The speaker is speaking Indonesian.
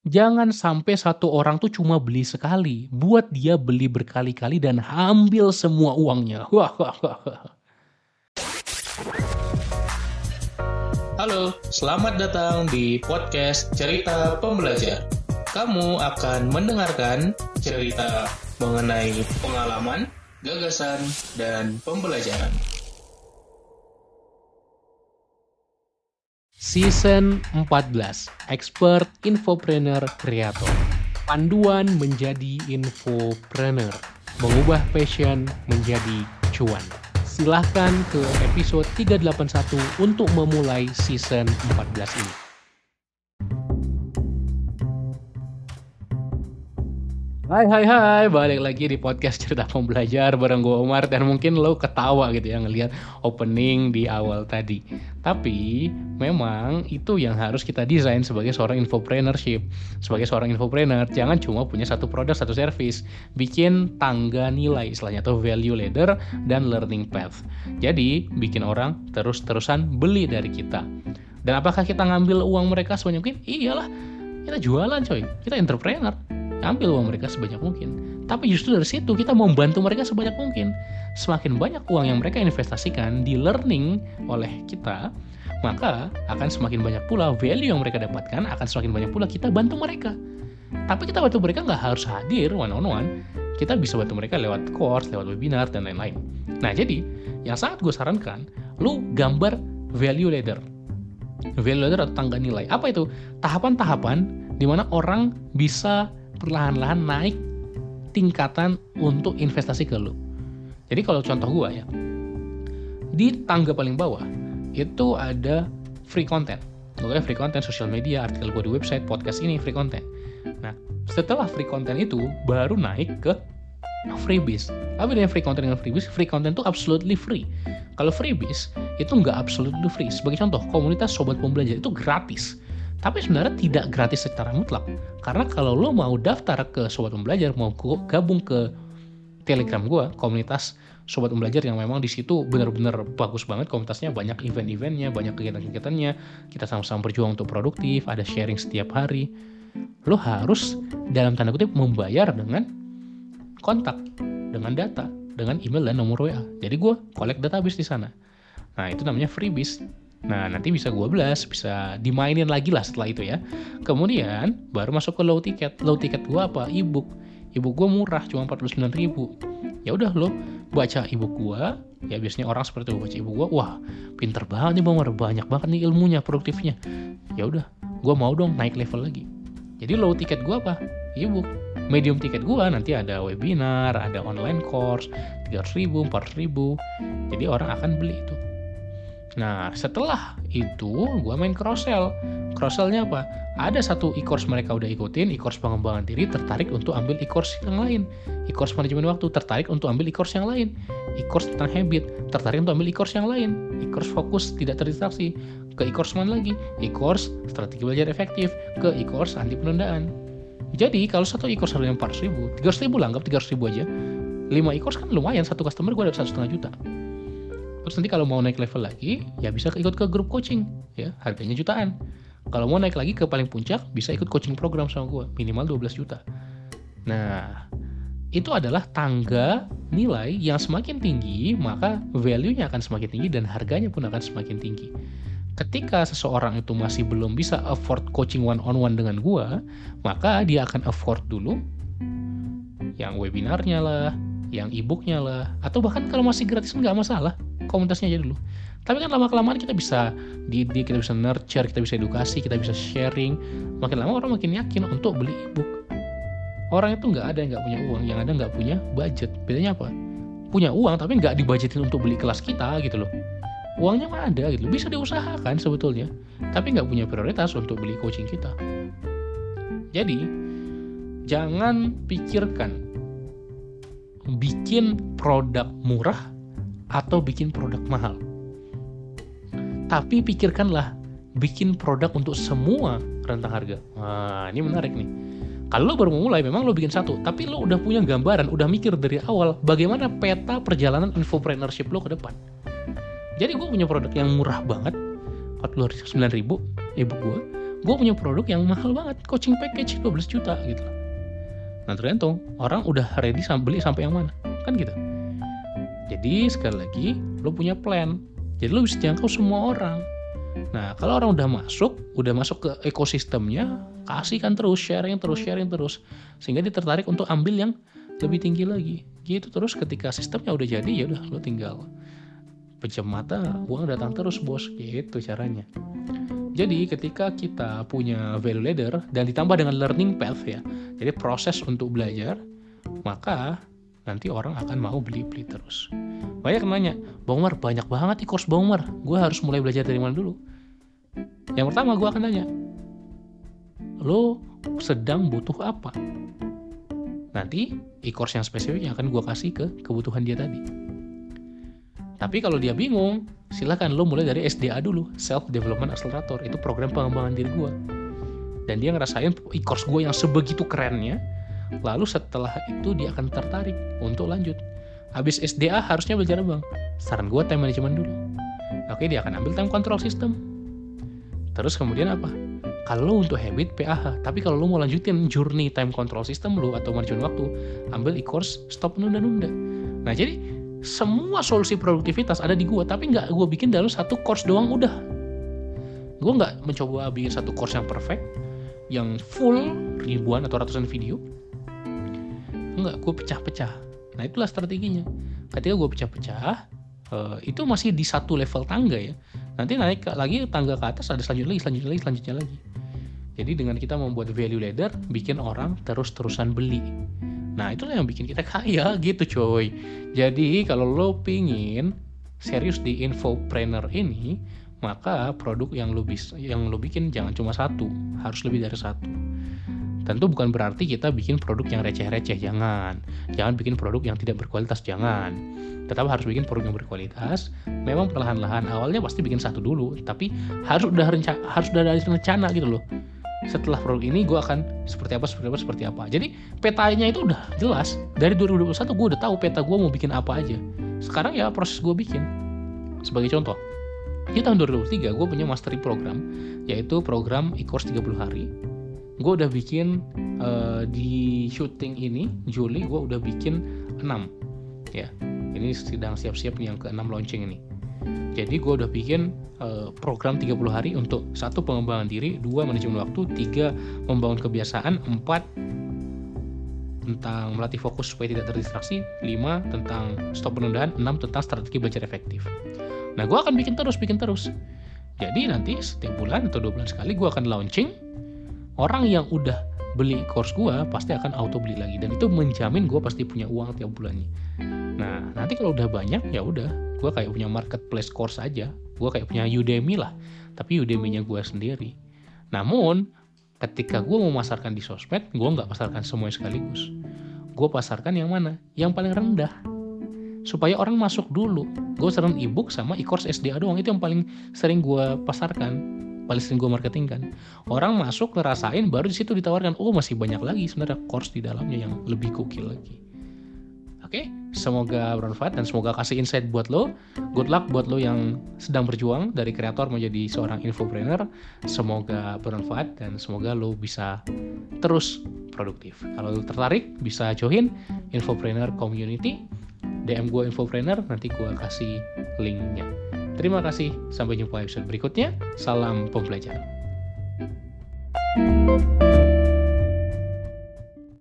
Jangan sampai satu orang tuh cuma beli sekali, buat dia beli berkali-kali dan ambil semua uangnya. Wah wah wah wah. Halo, selamat datang di podcast Cerita Pembelajar. Kamu akan mendengarkan cerita mengenai pengalaman, gagasan, dan pembelajaran. Season 14, Expert Infopreneur Creator. Panduan menjadi infopreneur. Mengubah passion menjadi cuan. Silahkan ke episode 381 untuk memulai season 14 ini. Hai, balik lagi di podcast Cerita Pembelajar bareng gue Omar, dan mungkin lo ketawa gitu ya ngelihat opening di awal tadi. Tapi memang itu yang harus kita desain sebagai seorang infopreneurship. Sebagai seorang infopreneur, jangan cuma punya satu produk, satu service. Bikin tangga nilai istilahnya, atau value ladder dan learning path. Jadi bikin orang terus-terusan beli dari kita. Dan apakah kita ngambil uang mereka sebanyak mungkin? Iyalah, kita jualan coy, kita entrepreneur. Ambil uang mereka sebanyak mungkin. Tapi justru dari situ kita membantu mereka sebanyak mungkin. Semakin banyak uang yang mereka investasikan di learning oleh kita, maka akan semakin banyak pula value yang mereka dapatkan, akan semakin banyak pula kita bantu mereka. Tapi kita bantu mereka nggak harus hadir one on one. Kita bisa bantu mereka lewat course, lewat webinar, dan lain-lain. Nah jadi, yang sangat gue sarankan, lu gambar value ladder. Value ladder atau tangga nilai. Apa itu? Tahapan-tahapan di mana orang bisa perlahan-lahan naik tingkatan untuk investasi ke lu. Jadi kalau contoh gua ya, di tangga paling bawah itu ada free content. Pokoknya free content, social media, artikel gua di website, podcast ini free content. Nah, setelah free content itu baru naik ke freebies. Apa bedanya free content dengan freebies? Free content itu absolutely free. Kalau freebies itu nggak absolutely free. Sebagai contoh, komunitas Sobat Pembelajar itu gratis. Tapi sebenarnya tidak gratis secara mutlak. Karena kalau lo mau daftar ke Sobat Pembelajar, mau gabung ke Telegram gue, komunitas Sobat Pembelajar yang memang di situ benar-benar bagus banget komunitasnya, banyak event-eventnya, banyak kegiatan-kegiatannya, kita sama-sama berjuang untuk produktif, ada sharing setiap hari. Lo harus dalam tanda kutip membayar dengan kontak, dengan data, dengan email dan nomor WA. Jadi gue collect database di sana. Nah itu namanya freebies. Nah, nanti bisa gue blast, bisa dimainin lagi lah setelah itu ya. Kemudian, baru masuk ke low ticket. Low ticket gue apa? Ebook. Ebook gue murah, cuma 49.000. Ya udah lo baca ebook gue, ya biasanya orang seperti itu baca ebook gue, wah pinter banget nih Bang, banyak banget nih ilmunya, produktifnya. Ya udah, gue mau dong naik level lagi. Jadi low ticket gue apa? Ebook. Medium ticket gue nanti ada webinar, ada online course, 300.000, 400.000. Jadi orang akan beli itu. Nah, setelah itu gue main cross-sell. Cross-sellnya apa? Ada satu e-course mereka udah ikutin, e-course pengembangan diri, tertarik untuk ambil e-course yang lain. E-course manajemen waktu, tertarik untuk ambil e-course yang lain. E-course tentang habit, tertarik untuk ambil e-course yang lain. E-course fokus, tidak terdistraksi. Ke e-course mana lagi? E-course strategi belajar efektif. Ke e-course anti penundaan. Jadi, kalau satu e-course harganya 400.000, 300.000 lah, anggap 300.000 aja. 5 e-course kan lumayan, satu customer gue dapat 1,5 juta. Terus nanti kalau mau naik level lagi, ya bisa ikut ke grup coaching, ya harganya jutaan. Kalau mau naik lagi ke paling puncak, bisa ikut coaching program sama gue, minimal 12 juta. Nah, itu adalah tangga nilai yang semakin tinggi, maka value-nya akan semakin tinggi dan harganya pun akan semakin tinggi. Ketika seseorang itu masih belum bisa afford coaching one-on-one dengan gue, maka dia akan afford dulu yang webinarnya lah, yang e-booknya lah, atau bahkan kalau masih gratis nggak masalah, komunitasnya aja dulu. Tapi kan lama-kelamaan kita bisa didik, kita bisa nurture, kita bisa edukasi, kita bisa sharing. Makin lama orang makin yakin untuk beli e-book. Orang itu nggak ada yang nggak punya uang, yang ada nggak punya budget. Bedanya apa? Punya uang tapi nggak dibudgetin untuk beli kelas kita gitu loh. Uangnya mah ada gitu, bisa diusahakan sebetulnya, tapi nggak punya prioritas untuk beli coaching kita. Jadi jangan pikirkan bikin produk murah atau bikin produk mahal. Tapi pikirkanlah bikin produk untuk semua rentang harga. Nah, ini menarik nih. Kalau lo baru memulai, memang lo bikin satu, tapi lo udah punya gambaran, udah mikir dari awal bagaimana peta perjalanan infopreneurship lo ke depan. Jadi gue punya produk yang murah banget, 49.000 ebook gue, gue punya produk yang mahal banget, coaching package 12 juta gitu. Nah tergantung orang udah ready beli sampai yang mana, kan gitu. Jadi sekali lagi lo punya plan, jadi lo bisa jangkau semua orang. Nah kalau orang udah masuk ke ekosistemnya, kasihkan terus, sharing terus, sehingga dia tertarik untuk ambil yang lebih tinggi lagi. Gitu terus ketika sistemnya udah jadi, ya udah lo tinggal pejam mata, uang datang terus bos, gitu caranya. Jadi ketika kita punya value ladder dan ditambah dengan learning path ya, jadi proses untuk belajar, maka nanti orang akan mau beli terus. Banyak yang nanya, Bang Umar banyak banget nih course Bang Umar, gue harus mulai belajar dari mana dulu? Yang pertama gue akan tanya, lo sedang butuh apa? Nanti e-course yang spesifik yang akan gue kasih ke kebutuhan dia tadi. Tapi kalau dia bingung, silakan lo mulai dari SDA dulu, Self Development Accelerator. Itu program pengembangan diri gue. Dan dia ngerasain e-course gue yang sebegitu kerennya. Lalu setelah itu dia akan tertarik untuk lanjut. Habis SDA harusnya belajar Bang. Saran gue time management dulu. Oke, dia akan ambil time control system. Terus kemudian apa? Kalau untuk habit PAH, tapi kalau lo mau lanjutin journey time control system lo atau manajemen waktu, ambil e-course stop nunda-nunda. Nah jadi semua solusi produktivitas ada di gue, tapi nggak gue bikin dalam satu course doang udah. Gue nggak mencoba bikin satu course yang perfect, yang full ribuan atau ratusan video. Enggak, gue pecah-pecah. Nah itulah strateginya. Ketika gue pecah-pecah, itu masih di satu level tangga ya. Nanti naik lagi tangga ke atas ada selanjutnya lagi. Jadi dengan kita membuat value ladder, bikin orang terus-terusan beli. Nah itulah yang bikin kita kaya gitu coy. Jadi kalau lo pingin serius di infopreneur ini, maka produk yang lo bikin jangan cuma satu, harus lebih dari satu. Tentu bukan berarti kita bikin produk yang receh-receh, jangan bikin produk yang tidak berkualitas, jangan. Tetap harus bikin produk yang berkualitas. Memang perlahan-lahan, awalnya pasti bikin satu dulu, tapi harus udah ada rencana gitu loh. Setelah produk ini gue akan seperti apa. Jadi petanya itu udah jelas. Dari 2021 gue udah tahu peta gue mau bikin apa aja. Sekarang ya proses gue bikin. Sebagai contoh, di tahun 2023 gue punya mastery program, yaitu program e-course 30 hari. Gue udah bikin di syuting ini Juli gue udah bikin 6 ya. Ini sedang siap-siap yang ke-6 launching ini. Jadi gue udah bikin program 30 hari untuk 1 pengembangan diri, 2 manajemen waktu, 3 membangun kebiasaan, 4 tentang melatih fokus supaya tidak terdistraksi, 5 tentang stop penundaan, 6 tentang strategi belajar efektif. Nah gue akan bikin terus. Jadi nanti setiap bulan atau 2 bulan sekali gue akan launching. Orang yang udah beli course gue pasti akan auto beli lagi, dan itu menjamin gue pasti punya uang tiap bulannya. Nah nanti kalau udah banyak ya udah, gue kayak punya marketplace course aja, gue kayak punya Udemy lah, tapi Udemy-nya gue sendiri. Namun ketika gue mau masarkan di sosmed, gue nggak pasarkan semuanya sekaligus. Gue pasarkan yang mana? Yang paling rendah, supaya orang masuk dulu. Gue sering e-book sama e-course SDA doang, itu yang paling sering gue pasarkan, paling sering gue marketingkan. Orang masuk ngerasain, baru di situ ditawarkan, oh masih banyak lagi sebenarnya course di dalamnya yang lebih gokil lagi. Oke, semoga bermanfaat dan semoga kasih insight buat lo. Good luck buat lo yang sedang berjuang dari kreator menjadi seorang infopreneur. Semoga bermanfaat dan semoga lo bisa terus produktif. Kalau lo tertarik bisa join Infopreneur Community. DM gue Infopreneur, nanti gue kasih linknya. Terima kasih, sampai jumpa episode berikutnya. Salam pembelajar.